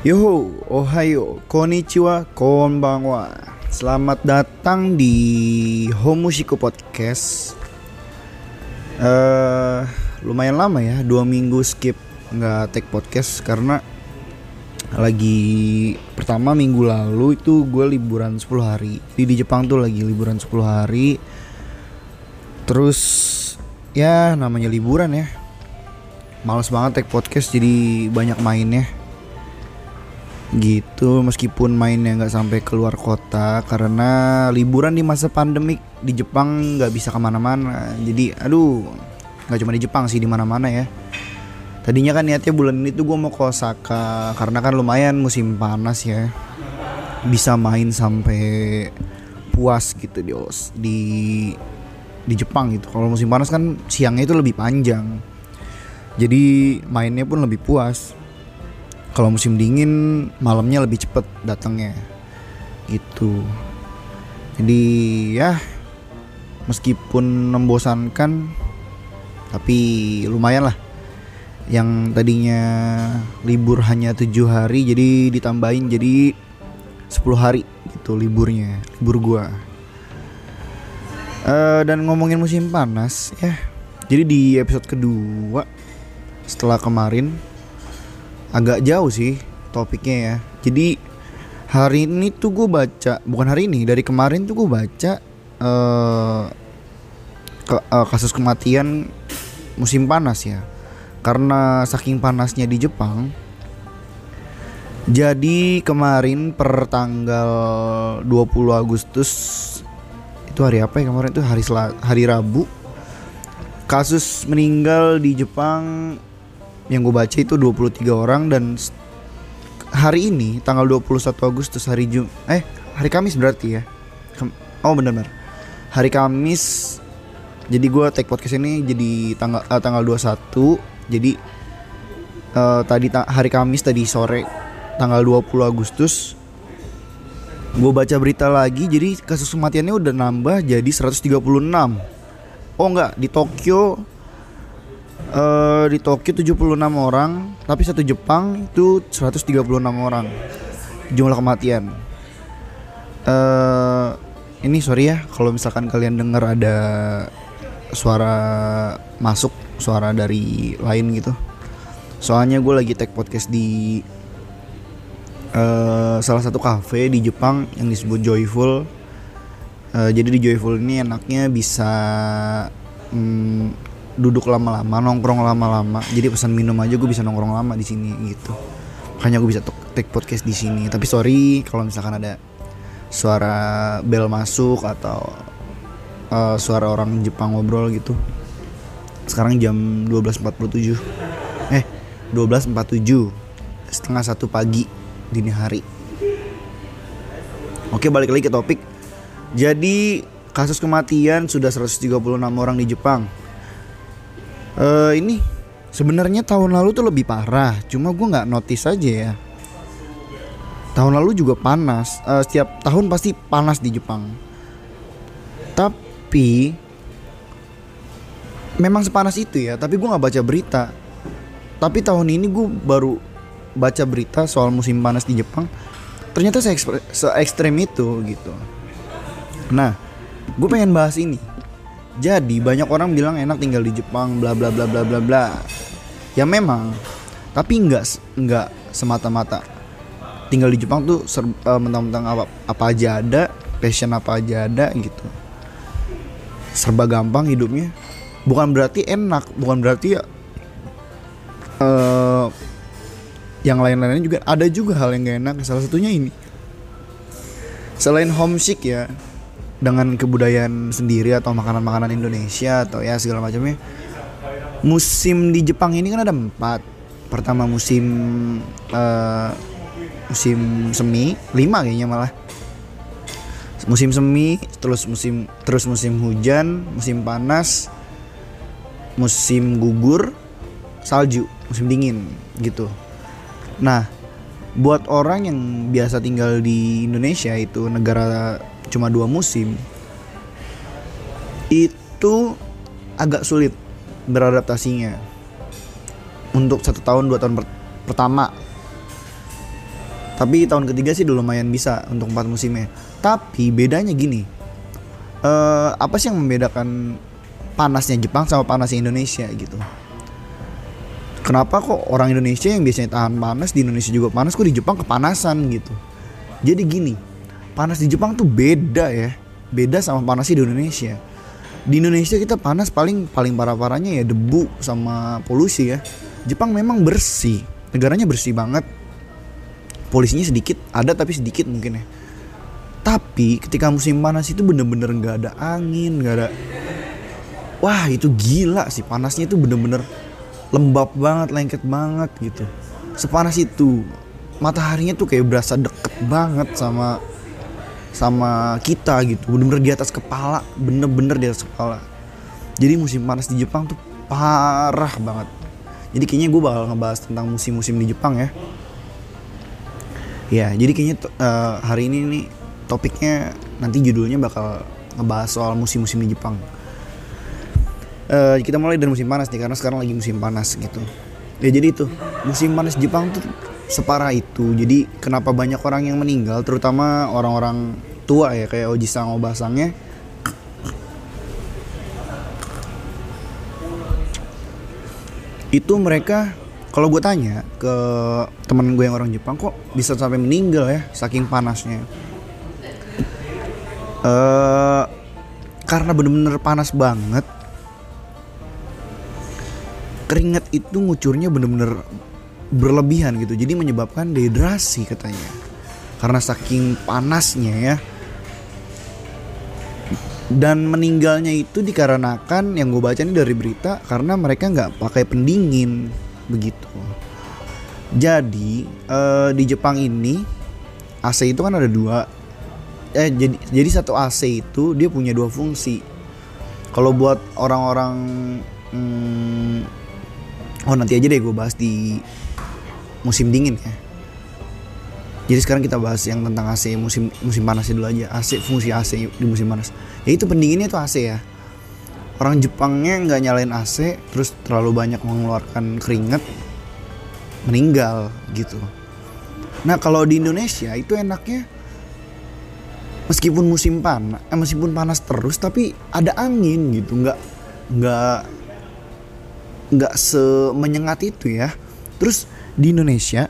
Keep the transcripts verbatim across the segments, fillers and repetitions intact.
Yo, ohayo, konnichiwa, konbanwa. Selamat datang di Homushiko Podcast. Eh, lumayan lama ya, dua minggu skip nggak take podcast karena lagi pertama minggu lalu itu gue liburan sepuluh hari. Jadi di Jepang tuh lagi liburan sepuluh hari. Terus ya namanya liburan ya, males banget take podcast jadi banyak mainnya gitu, meskipun mainnya nggak sampai keluar kota karena liburan di masa pandemik di Jepang nggak bisa kemana-mana. Jadi aduh, nggak cuma di Jepang sih, di mana-mana ya. Tadinya kan niatnya bulan ini tuh gue mau ke Osaka karena kan lumayan musim panas ya, bisa main sampai puas gitu di di di Jepang gitu. Kalau musim panas kan siangnya itu lebih panjang, jadi mainnya pun lebih puas. Kalau musim dingin malamnya lebih cepet datangnya gitu. Jadi ya meskipun membosankan tapi lumayan lah. Yang tadinya libur hanya tujuh hari jadi ditambahin jadi sepuluh hari gitu liburnya, libur gua. Uh, dan ngomongin musim panas ya. Jadi di episode kedua setelah kemarin agak jauh sih topiknya ya. Jadi hari ini tuh gue baca, bukan hari ini, dari kemarin tuh gue baca uh, ke, uh, kasus kematian musim panas ya. Karena saking panasnya di Jepang. Jadi kemarin per tanggal dua puluh Agustus, itu hari apa ya kemarin, itu hari Sel- hari Rabu, kasus meninggal di Jepang yang gue baca itu dua puluh tiga orang. Dan hari ini tanggal dua puluh satu Agustus, hari Jum eh hari Kamis berarti ya. Kem- oh benar-benar hari Kamis. Jadi gue take podcast ini jadi tanggal uh, tanggal dua puluh satu. Jadi uh, tadi ta- hari Kamis tadi sore tanggal dua puluh Agustus gue baca berita lagi, jadi kasus kematiannya udah nambah jadi seratus tiga puluh enam. Oh enggak, di Tokyo Uh, di Tokyo tujuh puluh enam orang, tapi satu Jepang itu seratus tiga puluh enam orang jumlah kematian. Uh, ini sorry ya kalau misalkan kalian dengar ada suara masuk, suara dari lain gitu. Soalnya gue lagi take podcast di uh, salah satu cafe di Jepang yang disebut Joyful. Uh, jadi di Joyful ini enaknya bisa um, duduk lama-lama, nongkrong lama-lama. Jadi pesan minum aja gue bisa nongkrong lama di sini gitu. Makanya gue bisa take podcast di sini. Tapi sorry kalau misalkan ada suara bel masuk atau uh, suara orang Jepang ngobrol gitu. Sekarang jam dua belas empat puluh tujuh. Eh, dua belas empat puluh tujuh. Setengah satu pagi dini hari. Oke, balik lagi ke topik. Jadi kasus kematian sudah seratus tiga puluh enam orang di Jepang. Uh, ini sebenarnya tahun lalu tuh lebih parah, cuma gue nggak notice aja ya. Tahun lalu juga panas, uh, setiap tahun pasti panas di Jepang. Tapi memang sepanas itu ya. Tapi gue nggak baca berita. Tapi tahun ini gue baru baca berita soal musim panas di Jepang. Ternyata se-ekstrem itu gitu. Nah, gue pengen bahas ini. Jadi banyak orang bilang enak tinggal di Jepang, bla bla bla bla bla bla. Ya memang, tapi nggak nggak semata-mata tinggal di Jepang tuh ser, uh, mentang-mentang apa apa aja ada, passion apa aja ada gitu. Serba gampang hidupnya. Bukan berarti enak, bukan berarti ya uh, yang lain-lainnya juga ada juga hal yang gak enak. Salah satunya ini, selain homesick ya, dengan kebudayaan sendiri atau makanan-makanan Indonesia atau ya segala macamnya. Musim di Jepang ini kan ada empat. Pertama musim uh, musim semi, lima kayaknya malah. Musim semi, terus musim terus musim hujan, musim panas, musim gugur, salju, musim dingin gitu. Nah, buat orang yang biasa tinggal di Indonesia, itu negara cuma dua musim, itu agak sulit beradaptasinya untuk satu tahun dua tahun per- pertama. Tapi tahun ketiga sih udah lumayan bisa untuk empat musimnya. Tapi bedanya gini, eh, apa sih yang membedakan panasnya Jepang sama panasnya Indonesia gitu? Kenapa kok orang Indonesia yang biasanya tahan panas di Indonesia juga panas, kok di Jepang kepanasan gitu? Jadi gini, panas di Jepang tuh beda ya, beda sama panas di Indonesia. Di Indonesia kita panas paling paling parah-parahnya ya debu sama polusi ya. Jepang memang bersih, negaranya bersih banget. Polusinya sedikit, ada tapi sedikit mungkin ya. Tapi ketika musim panas itu bener-bener gak ada angin, gak ada. Wah itu gila sih, panasnya itu bener-bener lembab banget, lengket banget gitu. Sepanas itu, mataharinya tuh kayak berasa deket banget sama sama kita gitu, bener-bener di atas kepala, bener-bener di atas kepala. Jadi musim panas di Jepang tuh parah banget. Jadi kayaknya gue bakal ngebahas tentang musim-musim di Jepang ya. Ya, jadi kayaknya uh, hari ini nih topiknya nanti judulnya bakal ngebahas soal musim-musim di Jepang. Uh, kita mulai dari musim panas nih, karena sekarang lagi musim panas gitu. Ya jadi itu, musim panas Jepang tuh separah itu. Jadi kenapa banyak orang yang meninggal, terutama orang-orang tua ya, kayak Oji-san, Oba-sannya. Itu mereka, kalau gue tanya ke temen gue yang orang Jepang, kok bisa sampai meninggal ya saking panasnya. Uh, karena bener-bener panas banget, keringat itu ngucurnya bener-bener berlebihan gitu, jadi menyebabkan dehidrasi katanya. Karena saking panasnya ya. Dan meninggalnya itu dikarenakan, yang gue baca ini dari berita, karena mereka nggak pakai pendingin begitu. Jadi eh, di Jepang ini A C itu kan ada dua. Eh jadi jadi satu A C itu dia punya dua fungsi. Kalau buat orang-orang, hmm, oh nanti aja deh gue bahas di musim dingin ya. Jadi sekarang kita bahas yang tentang A C musim musim panasnya dulu aja. A C, fungsi A C di musim panas. Ya itu pendinginnya itu A C ya. Orang Jepangnya nggak nyalain A C, terus terlalu banyak mengeluarkan keringat, meninggal gitu. Nah kalau di Indonesia itu enaknya, meskipun musim panas, eh, meskipun panas terus, tapi ada angin gitu, nggak nggak nggak semenyengat itu ya. Terus di Indonesia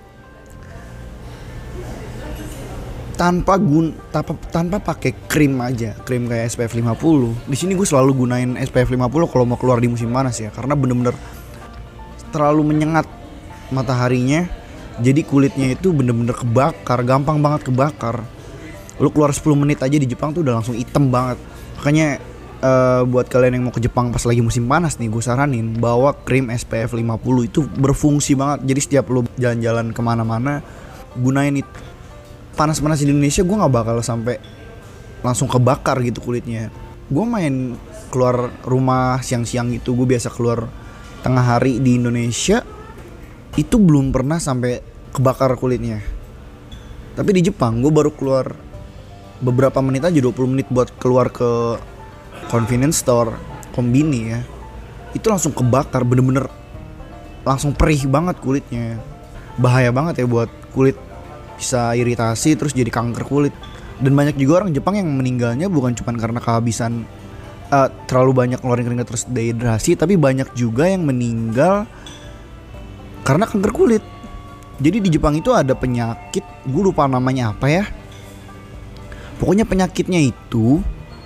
tanpa gun tanpa tanpa pakai krim aja, krim kayak S P F lima puluh. Di sini gue selalu gunain S P F lima puluh kalau mau keluar di musim panas ya, karena bener-bener terlalu menyengat mataharinya. Jadi kulitnya itu bener-bener kebakar, gampang banget kebakar. Lu keluar sepuluh menit aja di Jepang tuh udah langsung hitam banget. Makanya uh, buat kalian yang mau ke Jepang pas lagi musim panas nih, gue saranin bawa krim S P F lima puluh, itu berfungsi banget. Jadi setiap lu jalan-jalan kemana-mana gunain itu. Panas-panas di Indonesia gue gak bakal sampai langsung kebakar gitu kulitnya. Gue main keluar rumah siang-siang gitu, gue biasa keluar tengah hari di Indonesia, itu belum pernah sampai kebakar kulitnya. Tapi di Jepang gue baru keluar beberapa menit aja, dua puluh menit buat keluar ke convenience store, kombini ya, itu langsung kebakar, bener-bener langsung perih banget kulitnya. Bahaya banget ya buat kulit, bisa iritasi terus jadi kanker kulit. Dan banyak juga orang Jepang yang meninggalnya bukan cuma karena kehabisan, uh, terlalu banyak ngeluarin keringat terus dehidrasi, tapi banyak juga yang meninggal karena kanker kulit. Jadi di Jepang itu ada penyakit, gue lupa namanya apa ya, pokoknya penyakitnya itu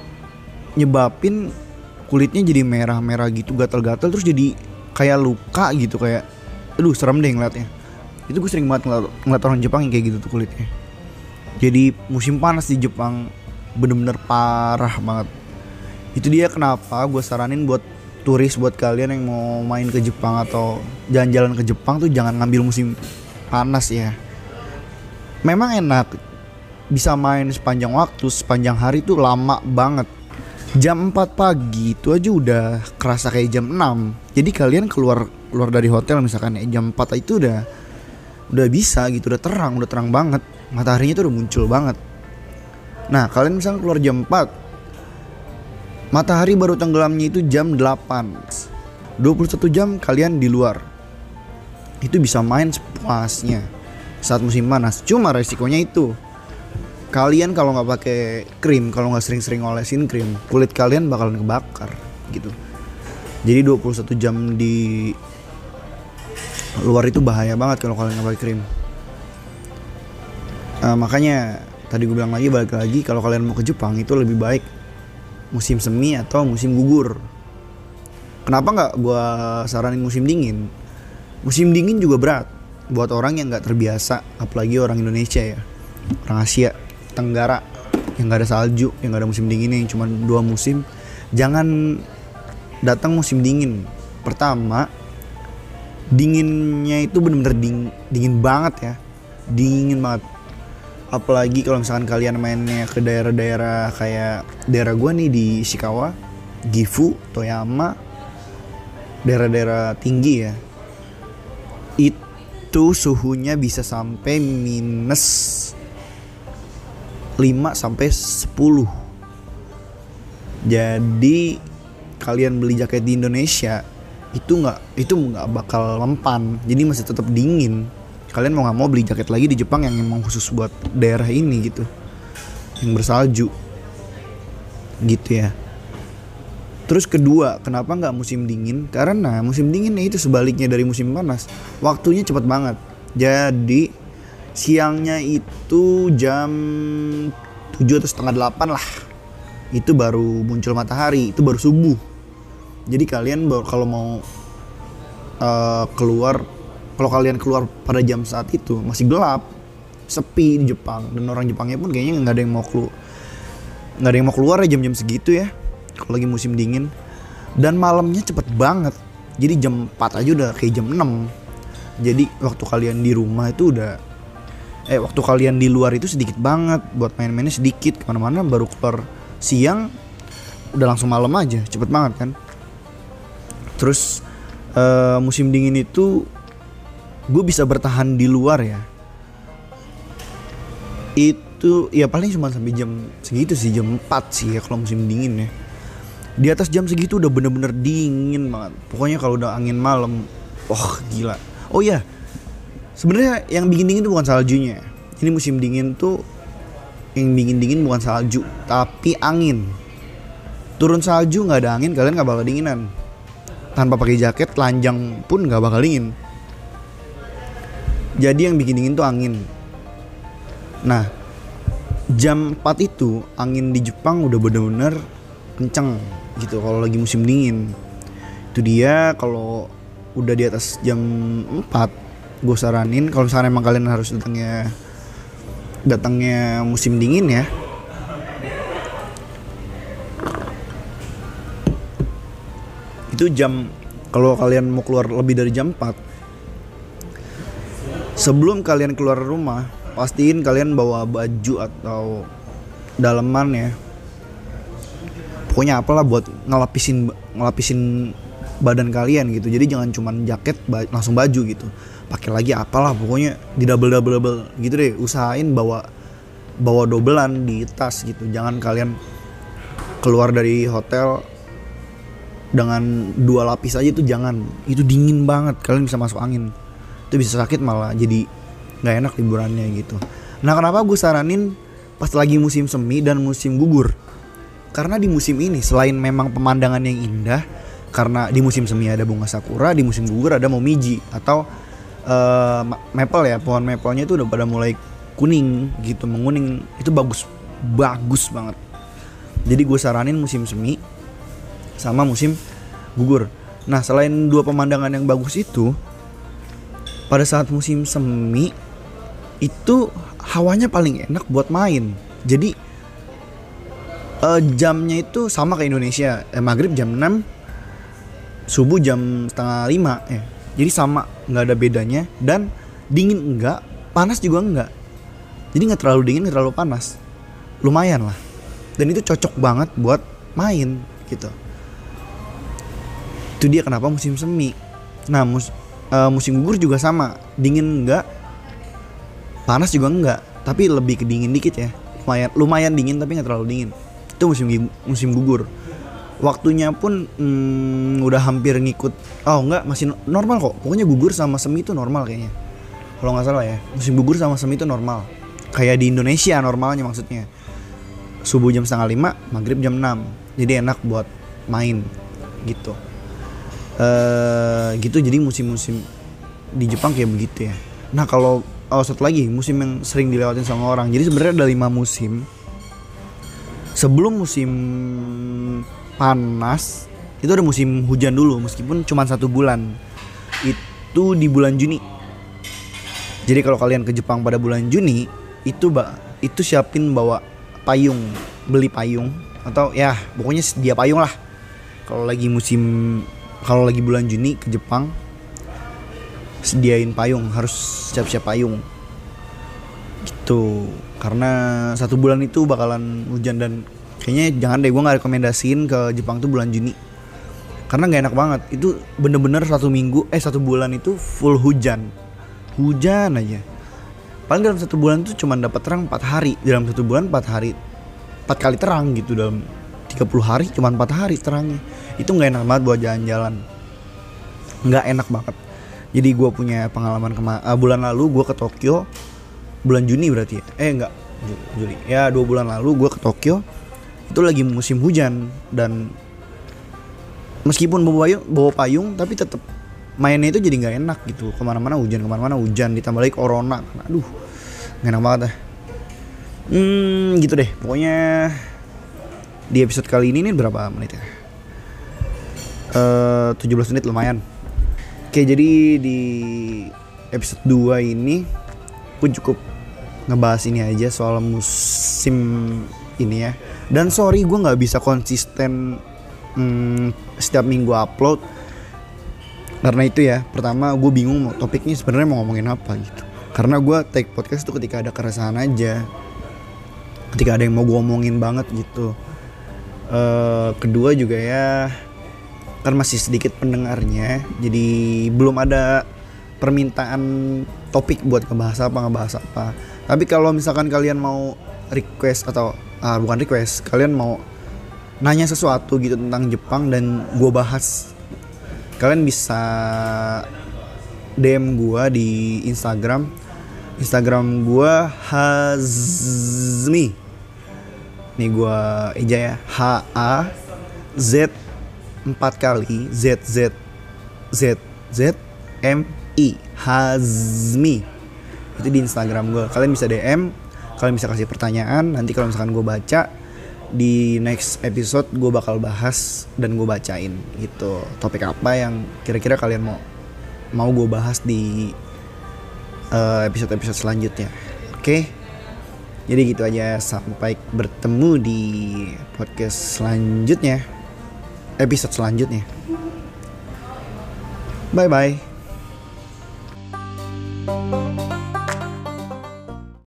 nyebabin kulitnya jadi merah-merah gitu, gatal-gatal, terus jadi kayak luka gitu, kayak aduh serem deh ngeliatnya. Itu gue sering banget ngeliat, ngeliat orang Jepang yang kayak gitu tuh kulitnya. Jadi musim panas di Jepang bener-bener parah banget. Itu dia kenapa gue saranin buat turis, buat kalian yang mau main ke Jepang atau jalan-jalan ke Jepang tuh jangan ngambil musim panas ya. Memang enak, bisa main sepanjang waktu, sepanjang hari tuh lama banget. Jam empat pagi itu aja udah kerasa kayak jam enam. Jadi kalian keluar keluar dari hotel misalkan ya, jam empat itu udah udah bisa gitu, udah terang, udah terang banget. Mataharinya tuh udah muncul banget. Nah, kalian misalkan keluar jam empat, matahari baru tenggelamnya itu jam delapan. dua puluh satu jam kalian di luar. Itu bisa main sepuasnya. saat musim panas. Cuma resikonya itu, kalian kalau nggak pakai krim, kalau nggak sering-sering olesin krim, kulit kalian bakalan kebakar gitu. Jadi dua puluh satu jam di luar itu bahaya banget kalau kalian nggak pakai krim. Uh, makanya tadi gue bilang lagi, balik lagi, kalau kalian mau ke Jepang itu lebih baik musim semi atau musim gugur. Kenapa nggak gue saranin musim dingin? Musim dingin juga berat buat orang yang nggak terbiasa, apalagi orang Indonesia ya, orang Asia Tenggara yang nggak ada salju, yang nggak ada musim dinginnya, yang cuma dua musim. Jangan datang musim dingin. Pertama, dinginnya itu bener-bener ding, dingin banget ya, dingin banget. Apalagi kalau misalkan kalian mainnya ke daerah-daerah kayak daerah gue nih di Ishikawa, Gifu, Toyama, daerah-daerah tinggi ya, itu suhunya bisa sampai minus lima sampai sepuluh. Jadi kalian beli jaket di Indonesia itu nggak itu nggak bakal mempan, jadi masih tetap dingin. Kalian mau nggak mau beli jaket lagi di Jepang yang emang khusus buat daerah ini gitu, yang bersalju gitu ya. Terus kedua, kenapa nggak musim dingin? Karena musim dinginnya itu sebaliknya dari musim panas, waktunya cepat banget. Jadi siangnya itu jam tujuh atau setengah delapan lah, itu baru muncul matahari, itu baru subuh. Jadi kalian kalau mau uh, keluar, kalau kalian keluar pada jam saat itu masih gelap, sepi di Jepang, dan orang Jepangnya pun kayaknya nggak ada yang mau keluar, nggak ada yang mau keluar ya jam-jam segitu ya, kalau lagi musim dingin. Dan malamnya cepet banget, jadi jam empat aja udah kayak jam enam. Jadi waktu kalian di rumah itu udah, eh waktu kalian di luar itu sedikit banget, buat main-mainnya sedikit, kemana-mana baru keluar siang, udah langsung malam aja, cepet banget kan. Terus uh, musim dingin itu gue bisa bertahan di luar ya, itu ya paling cuma sampai jam segitu sih, jam empat sih ya kalau musim dingin ya. Di atas jam segitu udah bener-bener dingin banget. Pokoknya kalau udah angin malam, wah gila. Oh iya, sebenarnya yang bikin dingin itu bukan saljunya. Ini musim dingin tuh yang bikin dingin bukan salju, tapi angin. Turun salju nggak ada angin, kalian nggak bakal dinginan. Tanpa pakai jaket, telanjang pun nggak bakal dingin. Jadi yang bikin dingin tuh angin. Nah, jam empat itu angin di Jepang udah bener-bener kenceng gitu kalau lagi musim dingin. Itu dia, kalau udah di atas jam empat, gue saranin kalau misalnya emang kalian harus datangnya datangnya musim dingin ya, itu jam, kalau kalian mau keluar lebih dari jam empat, sebelum kalian keluar rumah, pastiin kalian bawa baju atau daleman ya. Pokoknya apalah buat ngelapisin ngelapisin badan kalian gitu. Jadi jangan cuman jaket langsung baju gitu. Pakai lagi apalah, pokoknya di double double double gitu deh. Usahain bawa bawa dobelan di tas gitu. Jangan kalian keluar dari hotel dengan dua lapis aja, itu jangan. Itu dingin banget, kalian bisa masuk angin. Itu bisa sakit, malah jadi nggak enak liburannya gitu. Nah, kenapa gue saranin pas lagi musim semi dan musim gugur? Karena di musim ini selain memang pemandangan yang indah, karena di musim semi ada bunga sakura, di musim gugur ada momiji atau uh, maple ya, pohon maplenya itu udah pada mulai kuning gitu, menguning. Itu bagus, bagus banget. Jadi gue saranin musim semi sama musim gugur. Nah, selain dua pemandangan yang bagus itu, pada saat musim semi itu hawanya paling enak buat main. Jadi uh, jamnya itu sama kayak Indonesia, eh, maghrib jam enam, subuh jam setengah lima ya. Jadi sama, nggak ada bedanya. Dan dingin enggak, panas juga enggak. Jadi nggak terlalu dingin, nggak terlalu panas, lumayan lah. Dan itu cocok banget buat main gitu. Itu dia kenapa musim semi. Nah, mus, uh, musim gugur juga sama, dingin enggak, panas juga enggak, tapi lebih ke dingin dikit ya. Lumayan, lumayan dingin tapi nggak terlalu dingin. Itu musim musim gugur. Waktunya pun hmm, udah hampir ngikut. Oh enggak, masih normal kok. Pokoknya gugur sama semi itu normal kayaknya. kalau nggak salah ya. Musim gugur sama semi itu normal, kayak di Indonesia normalnya maksudnya. Subuh jam setengah lima, maghrib jam enam, jadi enak buat main gitu. Uh, gitu jadi musim-musim di Jepang kayak begitu ya. Nah kalau oh, satu lagi musim yang sering dilewatin sama orang. Jadi sebenarnya ada lima musim. Sebelum musim panas itu ada musim hujan dulu, meskipun cuma satu bulan. Itu di bulan Juni. Jadi kalau kalian ke Jepang pada bulan Juni itu ba itu siapin bawa payung, beli payung atau ya pokoknya sedia payung lah. Kalau lagi musim kalau lagi bulan Juni ke Jepang, sediain payung, harus siap-siap payung gitu. Karena satu bulan itu bakalan hujan dan kayaknya jangan deh, gue nggak rekomendasiin ke Jepang tuh bulan Juni karena nggak enak banget. Itu bener-bener satu minggu eh satu bulan itu full hujan, hujan aja. Paling dalam satu bulan tuh cuma dapat terang empat hari. Dalam satu bulan empat hari, empat kali terang gitu. Dalam tiga puluh hari cuma empat hari terangnya. Itu nggak enak banget buat jalan-jalan, nggak enak banget. Jadi gue punya pengalaman kema- uh, bulan lalu gue ke Tokyo, bulan Juni berarti ya, eh enggak Juli ya, dua bulan lalu gue ke Tokyo. Itu lagi musim hujan dan meskipun bawa payung, bawa payung tapi tetap mainnya itu jadi nggak enak gitu. Kemana-mana hujan, kemana-mana hujan, ditambah lagi corona, aduh nggak enak banget dah. Hmm gitu deh pokoknya. Di episode kali ini nih berapa menit ya? Uh, tujuh belas menit, lumayan. Oke, jadi di episode dua ini pun cukup ngebahas ini aja soal musim ini ya. Dan sorry gue gak bisa konsisten hmm, setiap minggu upload. Karena itu ya, pertama gue bingung mau topiknya sebenarnya mau ngomongin apa gitu. Karena gue take podcast tuh ketika ada keresahan aja, ketika ada yang mau gue omongin banget gitu. uh, Kedua juga ya, kan masih sedikit pendengarnya, jadi belum ada permintaan topik buat ngebahas apa ngebahas apa. Tapi kalau misalkan kalian mau request atau ah, bukan request, kalian mau nanya sesuatu gitu tentang Jepang dan gue bahas, kalian bisa D M gue di Instagram. Instagram gue Hazmi. Nih gue eja ya, H A Z empat kali Z Z Z Z M I, Hazmi. Itu di Instagram gue. Kalian bisa D M, kalian bisa kasih pertanyaan. Nanti kalau misalkan gue baca di next episode, gue bakal bahas dan gue bacain gitu. Topik apa yang kira-kira kalian mau mau gue bahas di uh, episode-episode selanjutnya. Oke okay? Jadi gitu aja. Sampai bertemu di podcast selanjutnya, episode selanjutnya. Bye bye.